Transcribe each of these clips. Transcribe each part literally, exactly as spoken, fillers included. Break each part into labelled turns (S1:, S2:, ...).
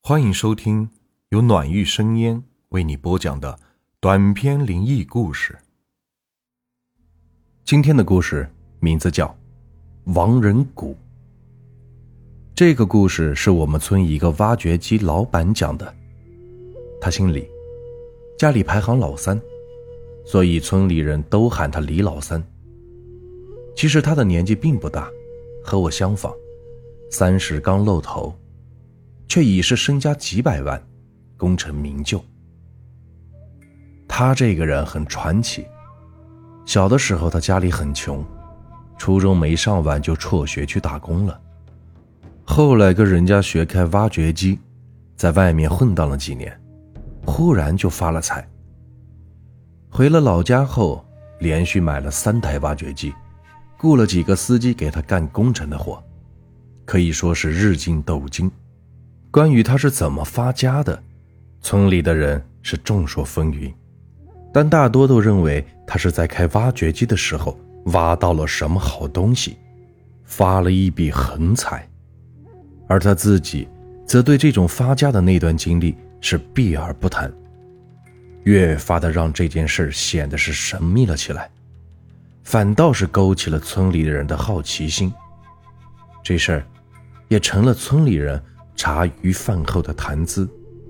S1: 欢迎收听由暖玉生烟为你播讲的短篇灵异故事。今天的故事名字叫亡人谷。这个故事是我们村一个挖掘机老板讲的。他姓李，家里排行老三，所以村里人都喊他李老三。其实他的年纪并不大，和我相仿，三十刚露头，却已是身家几百万，功成名就。他这个人很传奇。小的时候他家里很穷，初中没上完就辍学去打工了。后来跟人家学开挖掘机，在外面混荡了几年，忽然就发了财。回了老家后，连续买了三台挖掘机，雇了几个司机给他干工程的活，可以说是日进斗金。关于他是怎么发家的，村里的人是众说纷纭，但大多都认为他是在开挖掘机的时候挖到了什么好东西，发了一笔横财。而他自己则对这种发家的那段经历是避而不谈，越发的让这件事显得是神秘了起来，反倒是勾起了村里的人的好奇心。这事儿也成了村里人茶余饭后的谈资。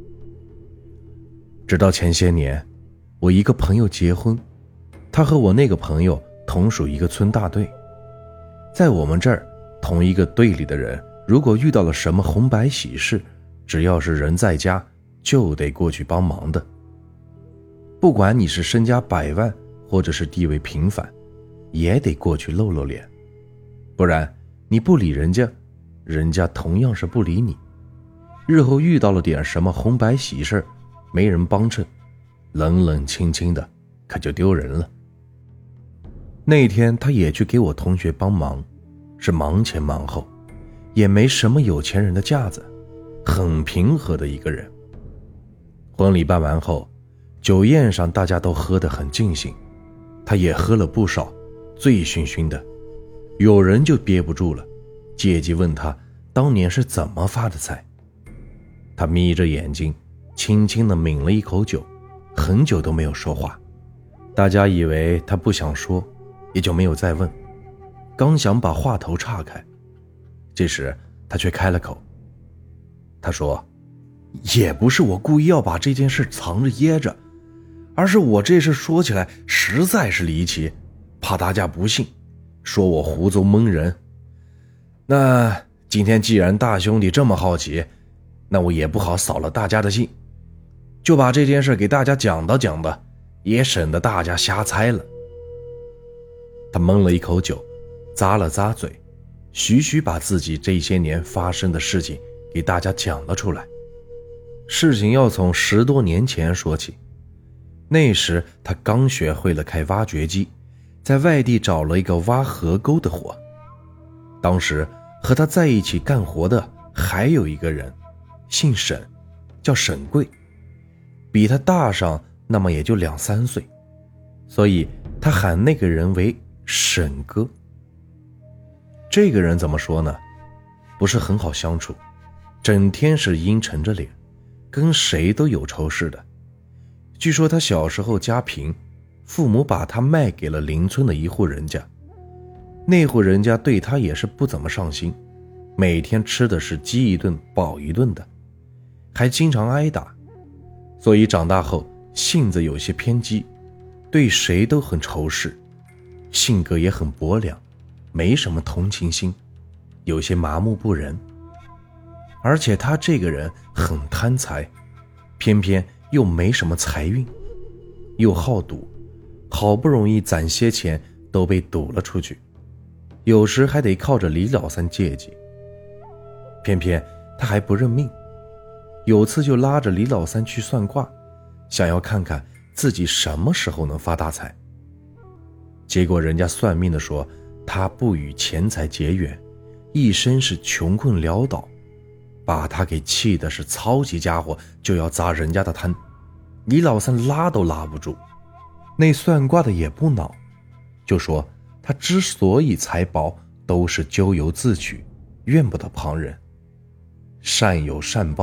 S1: 直到前些年，我一个朋友结婚，他和我那个朋友同属一个村大队。在我们这儿，同一个队里的人如果遇到了什么红白喜事，只要是人在家就得过去帮忙的。不管你是身家百万或者是地位平凡，也得过去露露脸，不然你不理人家，人家同样是不理你。日后遇到了点什么红白喜事，没人帮衬，冷冷清清的，可就丢人了。那天他也去给我同学帮忙，是忙前忙后，也没什么有钱人的架子，很平和的一个人。婚礼办完后，酒宴上大家都喝得很尽兴，他也喝了不少，醉醺醺的。有人就憋不住了，借机问他当年是怎么发的财。他眯着眼睛轻轻地抿了一口酒，很久都没有说话。大家以为他不想说，也就没有再问。刚想把话头岔开，这时他却开了口。他说，也不是我故意要把这件事藏着掖着，而是我这事说起来实在是离奇，怕大家不信，说我胡诌蒙人。那今天既然大兄弟这么好奇，那我也不好扫了大家的兴，就把这件事给大家讲道讲道，也省得大家瞎猜了。他闷了一口酒，咂了咂嘴，徐徐把自己这些年发生的事情给大家讲了出来。事情要从十多年前说起。那时他刚学会了开挖掘机，在外地找了一个挖河沟的活。当时和他在一起干活的还有一个人，姓沈，叫沈贵，比他大上那么也就两三岁，所以他喊那个人为沈哥。这个人怎么说呢？不是很好相处，整天是阴沉着脸，跟谁都有仇视的。据说他小时候家贫，父母把他卖给了邻村的一户人家，那户人家对他也是不怎么上心，每天吃的是饥一顿饱一顿的，还经常挨打，所以长大后性子有些偏激，对谁都很仇视，性格也很薄凉，没什么同情心，有些麻木不仁。而且他这个人很贪财，偏偏又没什么财运，又好赌，好不容易攒些钱都被赌了出去，有时还得靠着李老三借机。偏偏他还不认命，有次就拉着李老三去算卦，想要看看自己什么时候能发大财。结果人家算命的说他不与钱财结缘，一生是穷困潦倒，把他给气的是操起家伙就要砸人家的摊。李老三拉都拉不住，那算卦的也不恼，就说他之所以财薄，都是咎由自取，怨不得旁人。善有善报，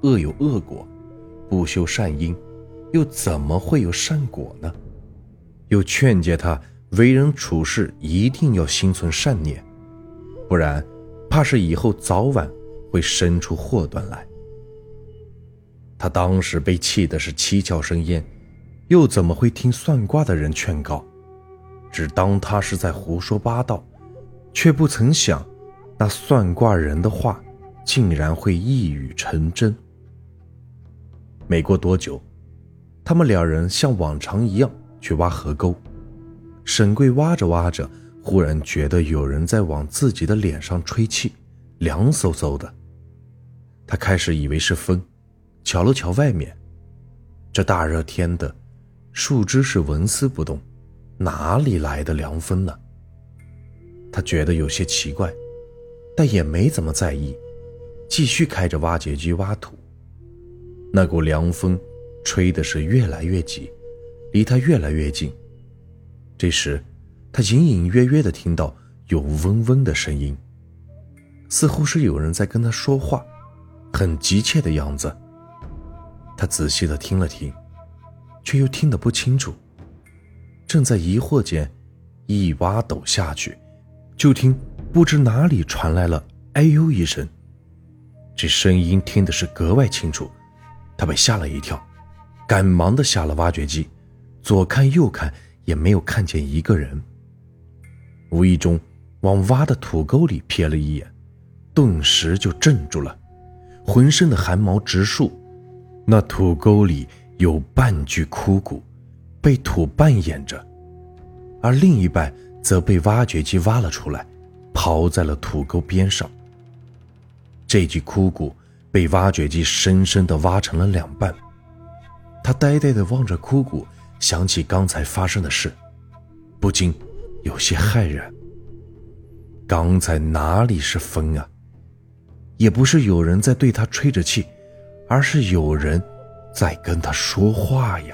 S1: 恶有恶果，不修善因，又怎么会有善果呢？又劝诫他为人处事一定要心存善念，不然怕是以后早晚会生出祸端来。他当时被气的是七窍生烟，又怎么会听算卦的人劝告，只当他是在胡说八道，却不曾想那算卦人的话竟然会一语成真。没过多久，他们两人像往常一样去挖河沟。沈贵挖着挖着，忽然觉得有人在往自己的脸上吹气，凉飕飕的。他开始以为是风，瞧了瞧外面，这大热天的，树枝是纹丝不动，哪里来的凉风呢？他觉得有些奇怪，但也没怎么在意，继续开着挖掘机挖土。那股凉风吹的是越来越急，离他越来越近。这时他隐隐约约地听到有嗡嗡的声音，似乎是有人在跟他说话，很急切的样子。他仔细地听了听，却又听得不清楚。正在疑惑间，一挖斗下去，就听不知哪里传来了哎呦一声，这声音听的是格外清楚。他被吓了一跳，赶忙地下了挖掘机，左看右看也没有看见一个人。无意中往挖的土沟里瞥了一眼，顿时就怔住了，浑身的汗毛直竖。那土沟里有半具枯骨，被土半掩着，而另一半则被挖掘机挖了出来，刨在了土沟边上。这具枯骨被挖掘机深深地挖成了两半。他呆呆地望着枯骨，想起刚才发生的事，不禁有些骇然。刚才哪里是风啊？也不是有人在对他吹着气，而是有人在跟他说话呀。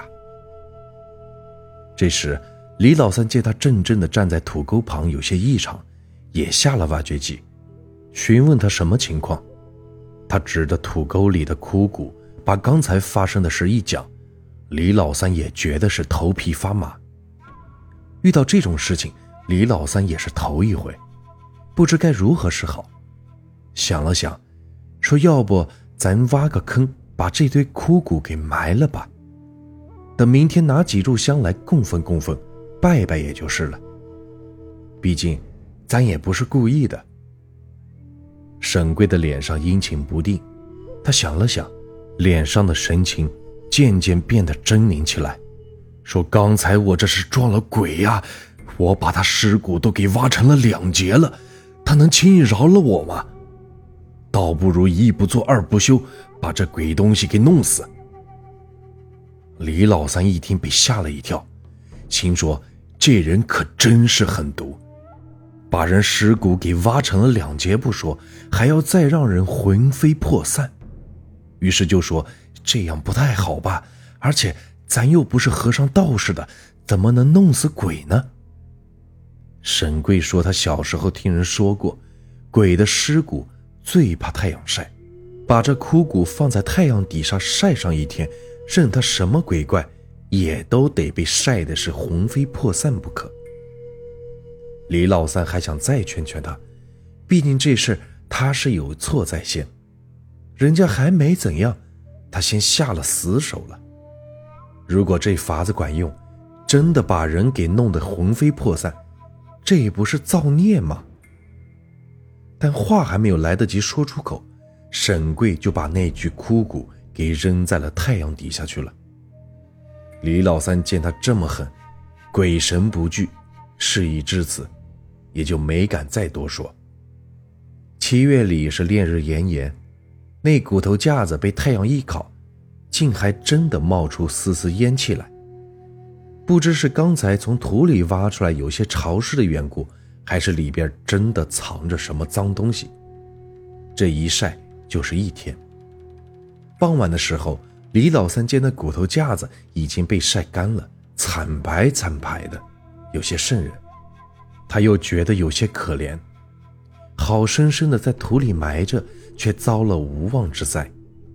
S1: 这时李老三见他怔怔地站在土沟旁，有些异常，也下了挖掘机，询问他什么情况。他指着土沟里的枯骨，把刚才发生的事一讲，李老三也觉得是头皮发麻。遇到这种事情，李老三也是头一回，不知该如何是好。想了想，说要不咱挖个坑，把这堆枯骨给埋了吧，等明天拿几炷香来供奉供奉，拜拜也就是了。毕竟咱也不是故意的。沈贵的脸上阴晴不定，他想了想，脸上的神情渐渐变得狰狞起来，说刚才我这是撞了鬼呀，我把他尸骨都给挖成了两截了，他能轻易饶了我吗？倒不如一不做二不休，把这鬼东西给弄死。李老三一听被吓了一跳，心说这人可真是狠毒，把人尸骨给挖成了两截不说，还要再让人魂飞魄散。于是就说这样不太好吧，而且咱又不是和尚道士的，怎么能弄死鬼呢？沈贵说他小时候听人说过，鬼的尸骨最怕太阳晒，把这枯骨放在太阳底下晒上一天，任他什么鬼怪也都得被晒的是魂飞魄散不可。李老三还想再劝劝他，毕竟这事他是有错在先，人家还没怎样，他先下了死手了。如果这法子管用，真的把人给弄得魂飞魄散，这不是造孽吗？但话还没有来得及说出口，沈贵就把那具枯骨给扔在了太阳底下去了。李老三见他这么狠，鬼神不惧，事已至此，也就没敢再多说。七月里是烈日炎炎，那骨头架子被太阳一烤，竟还真的冒出丝丝烟气来。不知是刚才从土里挖出来有些潮湿的缘故，还是里边真的藏着什么脏东西。这一晒就是一天。傍晚的时候，李老三见那骨头架子已经被晒干了，惨白惨白的，有些瘆人。他又觉得有些可怜，好生生的在土里埋着，却遭了无妄之灾。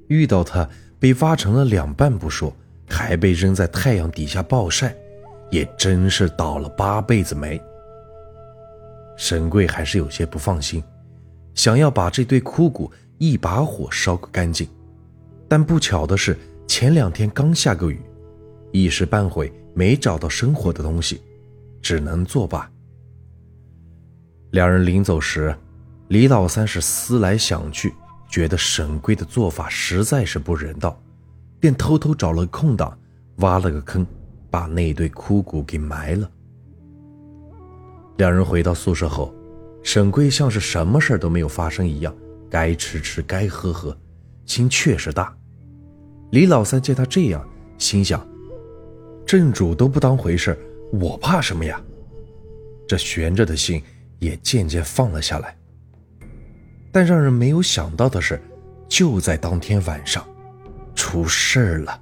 S1: 遇到他被挖成了两半不说，还被扔在太阳底下暴晒，也真是倒了八辈子霉。沈贵还是有些不放心，想要把这堆枯骨一把火烧个干净，但不巧的是前两天刚下个雨，一时半会没找到生火的东西，只能作罢。两人临走时，李老三是思来想去，觉得沈贵的做法实在是不人道，便偷偷找了个空档，挖了个坑，把那堆枯骨给埋了。两人回到宿舍后，沈贵像是什么事都没有发生一样，该吃吃该喝喝，心确实大。李老三见他这样，心想，镇主都不当回事，我怕什么呀？这悬着的心也渐渐放了下来。但让人没有想到的是，就在当天晚上出事了。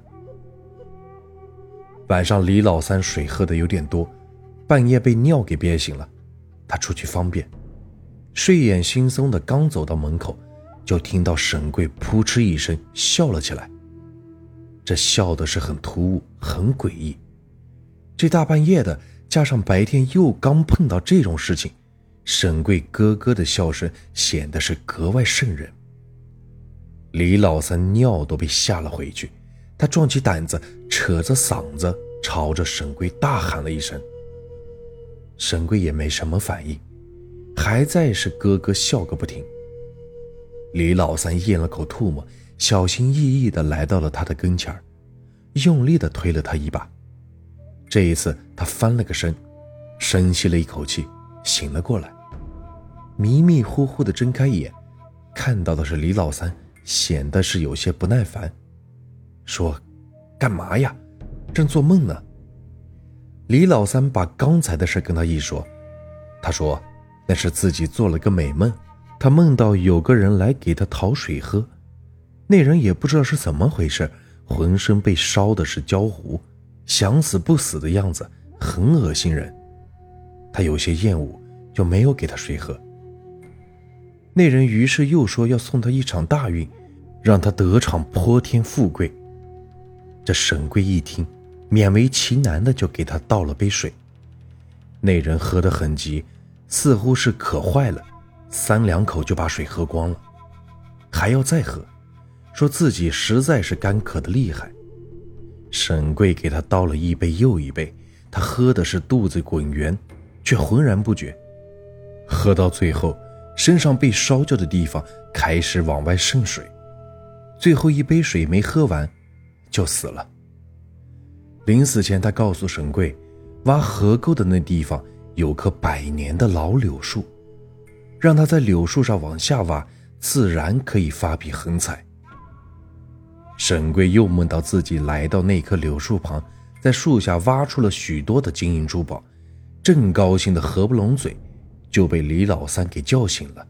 S1: 晚上李老三水喝的有点多，半夜被尿给憋醒了，他出去方便，睡眼惺忪的刚走到门口，就听到沈贵扑哧一声笑了起来。这笑的是很突兀，很诡异。这大半夜的，加上白天又刚碰到这种事情，沈贵咯咯的笑声显得是格外瘆人。李老三尿都被吓了回去，他壮起胆子，扯着嗓子朝着沈贵大喊了一声。沈贵也没什么反应，还在是咯咯笑个不停。李老三咽了口唾沫，小心翼翼地来到了他的跟前，用力地推了他一把。这一次他翻了个身，深吸了一口气，醒了过来，迷迷糊糊地睁开眼，看到的是李老三，显得是有些不耐烦，说：干嘛呀？正做梦呢。李老三把刚才的事跟他一说，他说那是自己做了个美梦，他梦到有个人来给他讨水喝，那人也不知道是怎么回事，浑身被烧的是焦糊，想死不死的样子，很恶心人。他有些厌恶，就没有给他水喝。那人于是又说要送他一场大运，让他得场泼天富贵。这沈贵一听，勉为其难的就给他倒了杯水。那人喝得很急，似乎是渴坏了，三两口就把水喝光了，还要再喝，说自己实在是干渴的厉害。沈贵给他倒了一杯又一杯，他喝的是肚子滚圆，却浑然不觉。喝到最后，身上被烧焦的地方开始往外渗水，最后一杯水没喝完就死了。临死前他告诉沈贵，挖河沟的那地方有棵百年的老柳树，让他在柳树上往下挖，自然可以发笔横财。沈贵又梦到自己来到那棵柳树旁，在树下挖出了许多的金银珠宝，正高兴的合不拢嘴，就被李老三给叫醒了。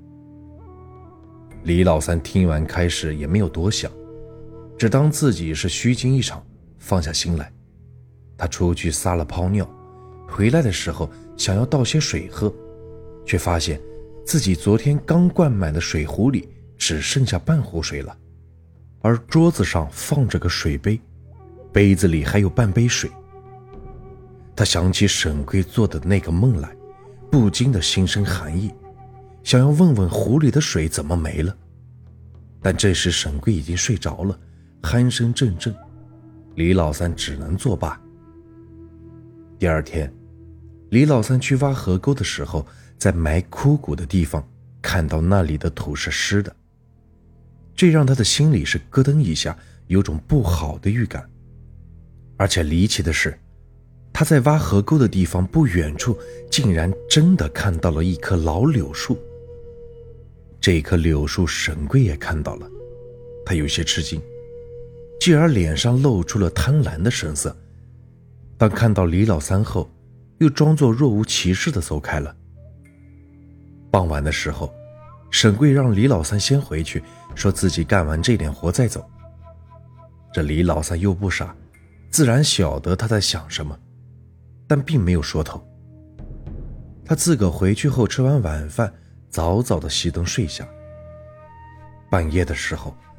S1: 李老三听完开始也没有多想，只当自己是虚惊一场，放下心来。他出去撒了泡尿，回来的时候想要倒些水喝，却发现自己昨天刚灌满的水壶里只剩下半壶水了，而桌子上放着个水杯，杯子里还有半杯水。他想起沈贵做的那个梦来，不禁的心生寒意，想要问问壶里的水怎么没了。但这时沈贵已经睡着了，鼾声阵阵，李老三只能作罢。第二天，李老三去挖河沟的时候，在埋枯骨的地方看到那里的土是湿的，这让他的心里是咯噔一下，有种不好的预感。而且离奇的是，他在挖河沟的地方不远处竟然真的看到了一棵老柳树。这棵柳树沈贵也看到了，他有些吃惊，继而脸上露出了贪婪的神色。当看到李老三后，又装作若无其事地走开了。傍晚的时候，沈贵让李老三先回去，说自己干完这点活再走。这李老三又不傻，自然晓得他在想什么，但并没有说透。他自个回去后吃完晚饭，早早地熄灯睡下。半夜的时候，他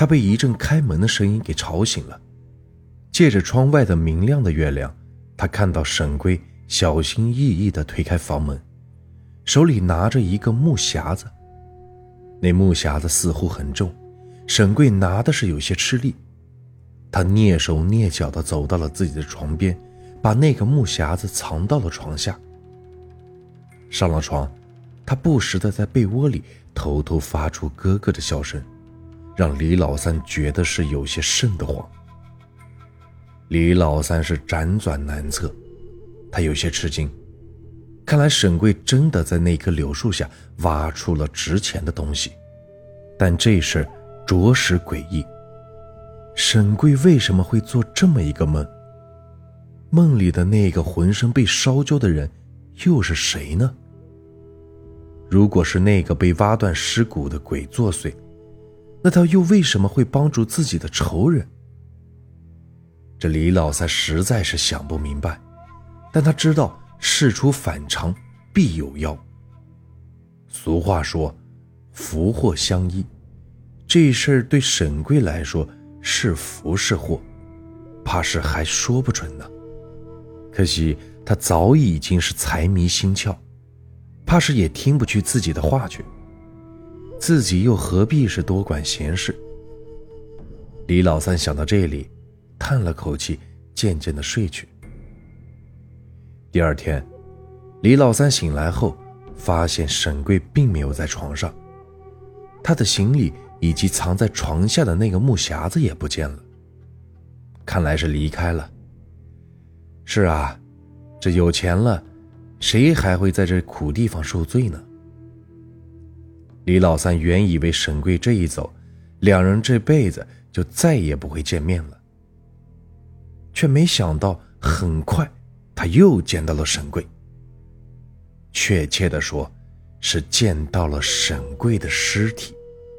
S1: 他被一阵开门的声音给吵醒了。借着窗外的明亮的月亮，他看到沈贵小心翼翼地推开房门，手里拿着一个木匣子。那木匣子似乎很重，沈贵拿的是有些吃力。他蹑手蹑脚地走到了自己的床边，把那个木匣子藏到了床下。上了床，他不时地在被窝里偷偷发出咯咯的笑声，让李老三觉得是有些瘆得慌。李老三是辗转难测，他有些吃惊，看来沈贵真的在那棵柳树下挖出了值钱的东西，但这事着实诡异。沈贵为什么会做这么一个梦？梦里的那个浑身被烧焦的人又是谁呢？如果是那个被挖断尸骨的鬼作祟，那他又为什么会帮助自己的仇人？这李老三实在是想不明白，但他知道事出反常必有妖。俗话说福祸相依，这事儿对沈贵来说是福是祸，怕是还说不准呢。可惜他早已经是财迷心窍，怕是也听不去自己的话去，自己又何必是多管闲事。李老三想到这里，叹了口气，渐渐地睡去。第二天，李老三醒来后，发现沈贵并没有在床上，他的行李以及藏在床下的那个木匣子也不见了，看来是离开了。是啊，这有钱了，谁还会在这苦地方受罪呢？李老三原以为沈贵这一走，两人这辈子就再也不会见面了，却没想到很快他又见到了沈贵。确切地说，是见到了沈贵的尸体。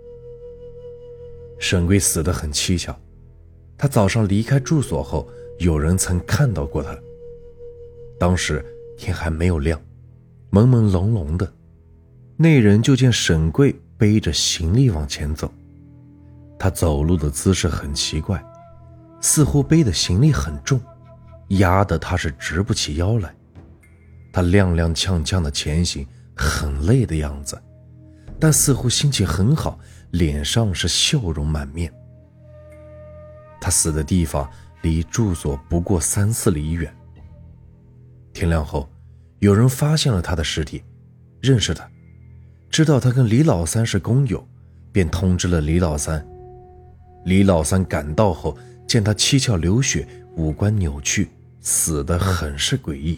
S1: 沈贵死得很蹊跷，他早上离开住所后，有人曾看到过他。当时天还没有亮，朦朦胧胧的，那人就见沈贵背着行李往前走。他走路的姿势很奇怪，似乎背的行李很重，压得他是直不起腰来。他踉踉跄跄的前行，很累的样子，但似乎心情很好，脸上是笑容满面。他死的地方离住所不过三四里远。天亮后，有人发现了他的尸体，认识他，知道他跟李老三是工友，便通知了李老三。李老三赶到后，见他七窍流血，五官扭曲，死得很是诡异。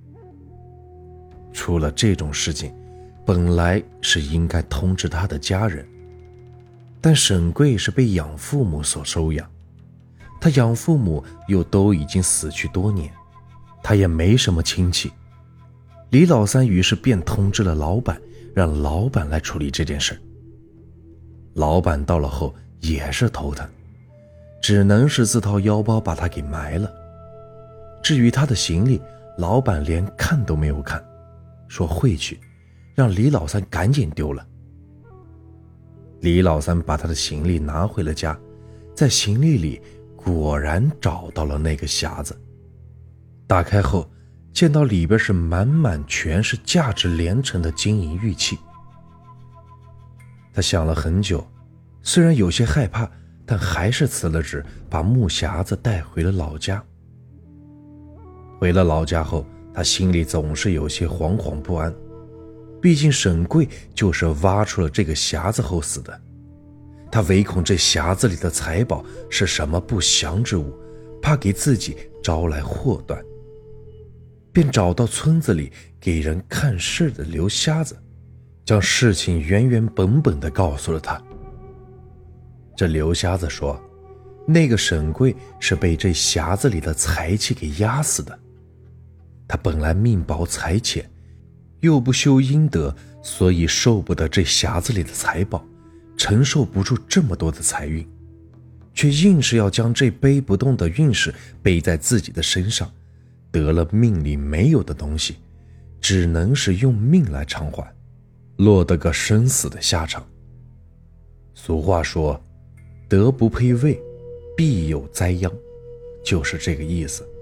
S1: 出了这种事情，本来是应该通知他的家人，但沈贵是被养父母所收养，他养父母又都已经死去多年，他也没什么亲戚。李老三于是便通知了老板，让老板来处理这件事。老板到了后也是头疼，只能是自掏腰包把他给埋了。至于他的行李，老板连看都没有看，说会去，让李老三赶紧丢了。李老三把他的行李拿回了家，在行李里果然找到了那个匣子。打开后，见到里边是满满全是价值连城的金银玉器。他想了很久，虽然有些害怕，但还是辞了职，把木匣子带回了老家。回了老家后，他心里总是有些惶惶不安，毕竟沈贵就是挖出了这个匣子后死的。他唯恐这匣子里的财宝是什么不祥之物，怕给自己招来祸端，便找到村子里给人看事的刘瞎子，将事情原原本本地告诉了他。这刘瞎子说，那个沈贵是被这匣子里的财气给压死的。他本来命薄财浅，又不修阴德，所以受不得这匣子里的财宝，承受不住这么多的财运，却硬是要将这背不动的运势背在自己的身上，得了命里没有的东西，只能是用命来偿还，落得个生死的下场。俗话说， 德不配位，必有灾殃，就是这个意思。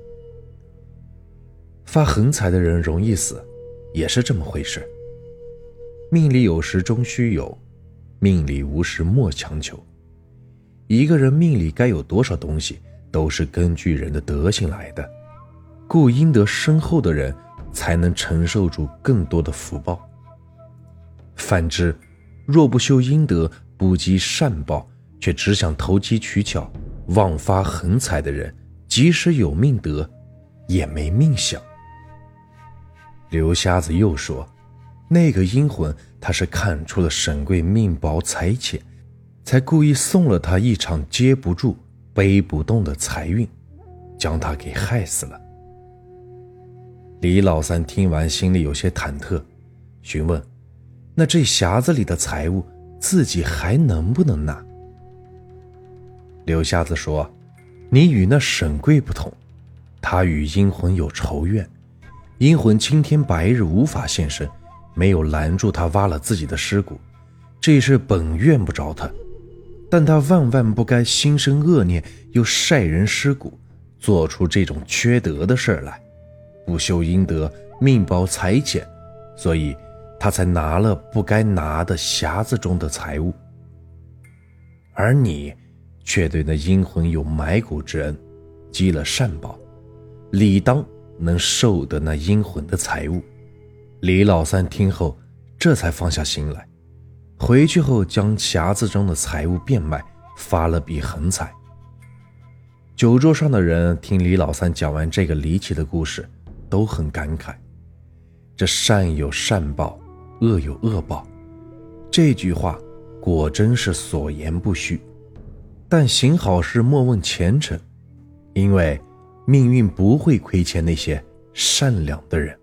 S1: 发横财的人容易死，也是这么回事。命里有时终须有，命里无时莫强求。一个人命里该有多少东西，都是根据人的德行来的，故阴德深厚的人才能承受住更多的福报。反之，若不修阴德，不积善报，却只想投机取巧，妄发横财的人，即使有命德，也没命享。刘瞎子又说，那个阴魂他是看出了沈贵命薄财浅，才故意送了他一场接不住背不动的财运，将他给害死了。李老三听完心里有些忐忑，询问，那这匣子里的财物自己还能不能拿？刘瞎子说，你与那沈贵不同，他与阴魂有仇怨，阴魂青天白日无法现身，没有拦住他挖了自己的尸骨，这事本怨不着他，但他万万不该心生恶念，又晒人尸骨，做出这种缺德的事来，不修阴德，命薄财浅，所以他才拿了不该拿的匣子中的财物。而你却对那阴魂有埋骨之恩，积了善报，理当能受得那阴魂的财物。李老三听后，这才放下心来，回去后将匣子中的财物变卖，发了笔横财。酒桌上的人听李老三讲完这个离奇的故事，都很感慨，这善有善报，恶有恶报，这句话果真是所言不虚。但行好事莫问前程，因为命运不会亏欠那些善良的人。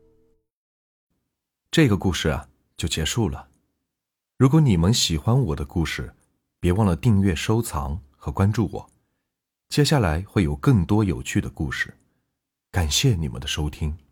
S2: 这个故事啊，就结束了。如果你们喜欢我的故事，别忘了订阅、收藏和关注我。接下来会有更多有趣的故事，感谢你们的收听。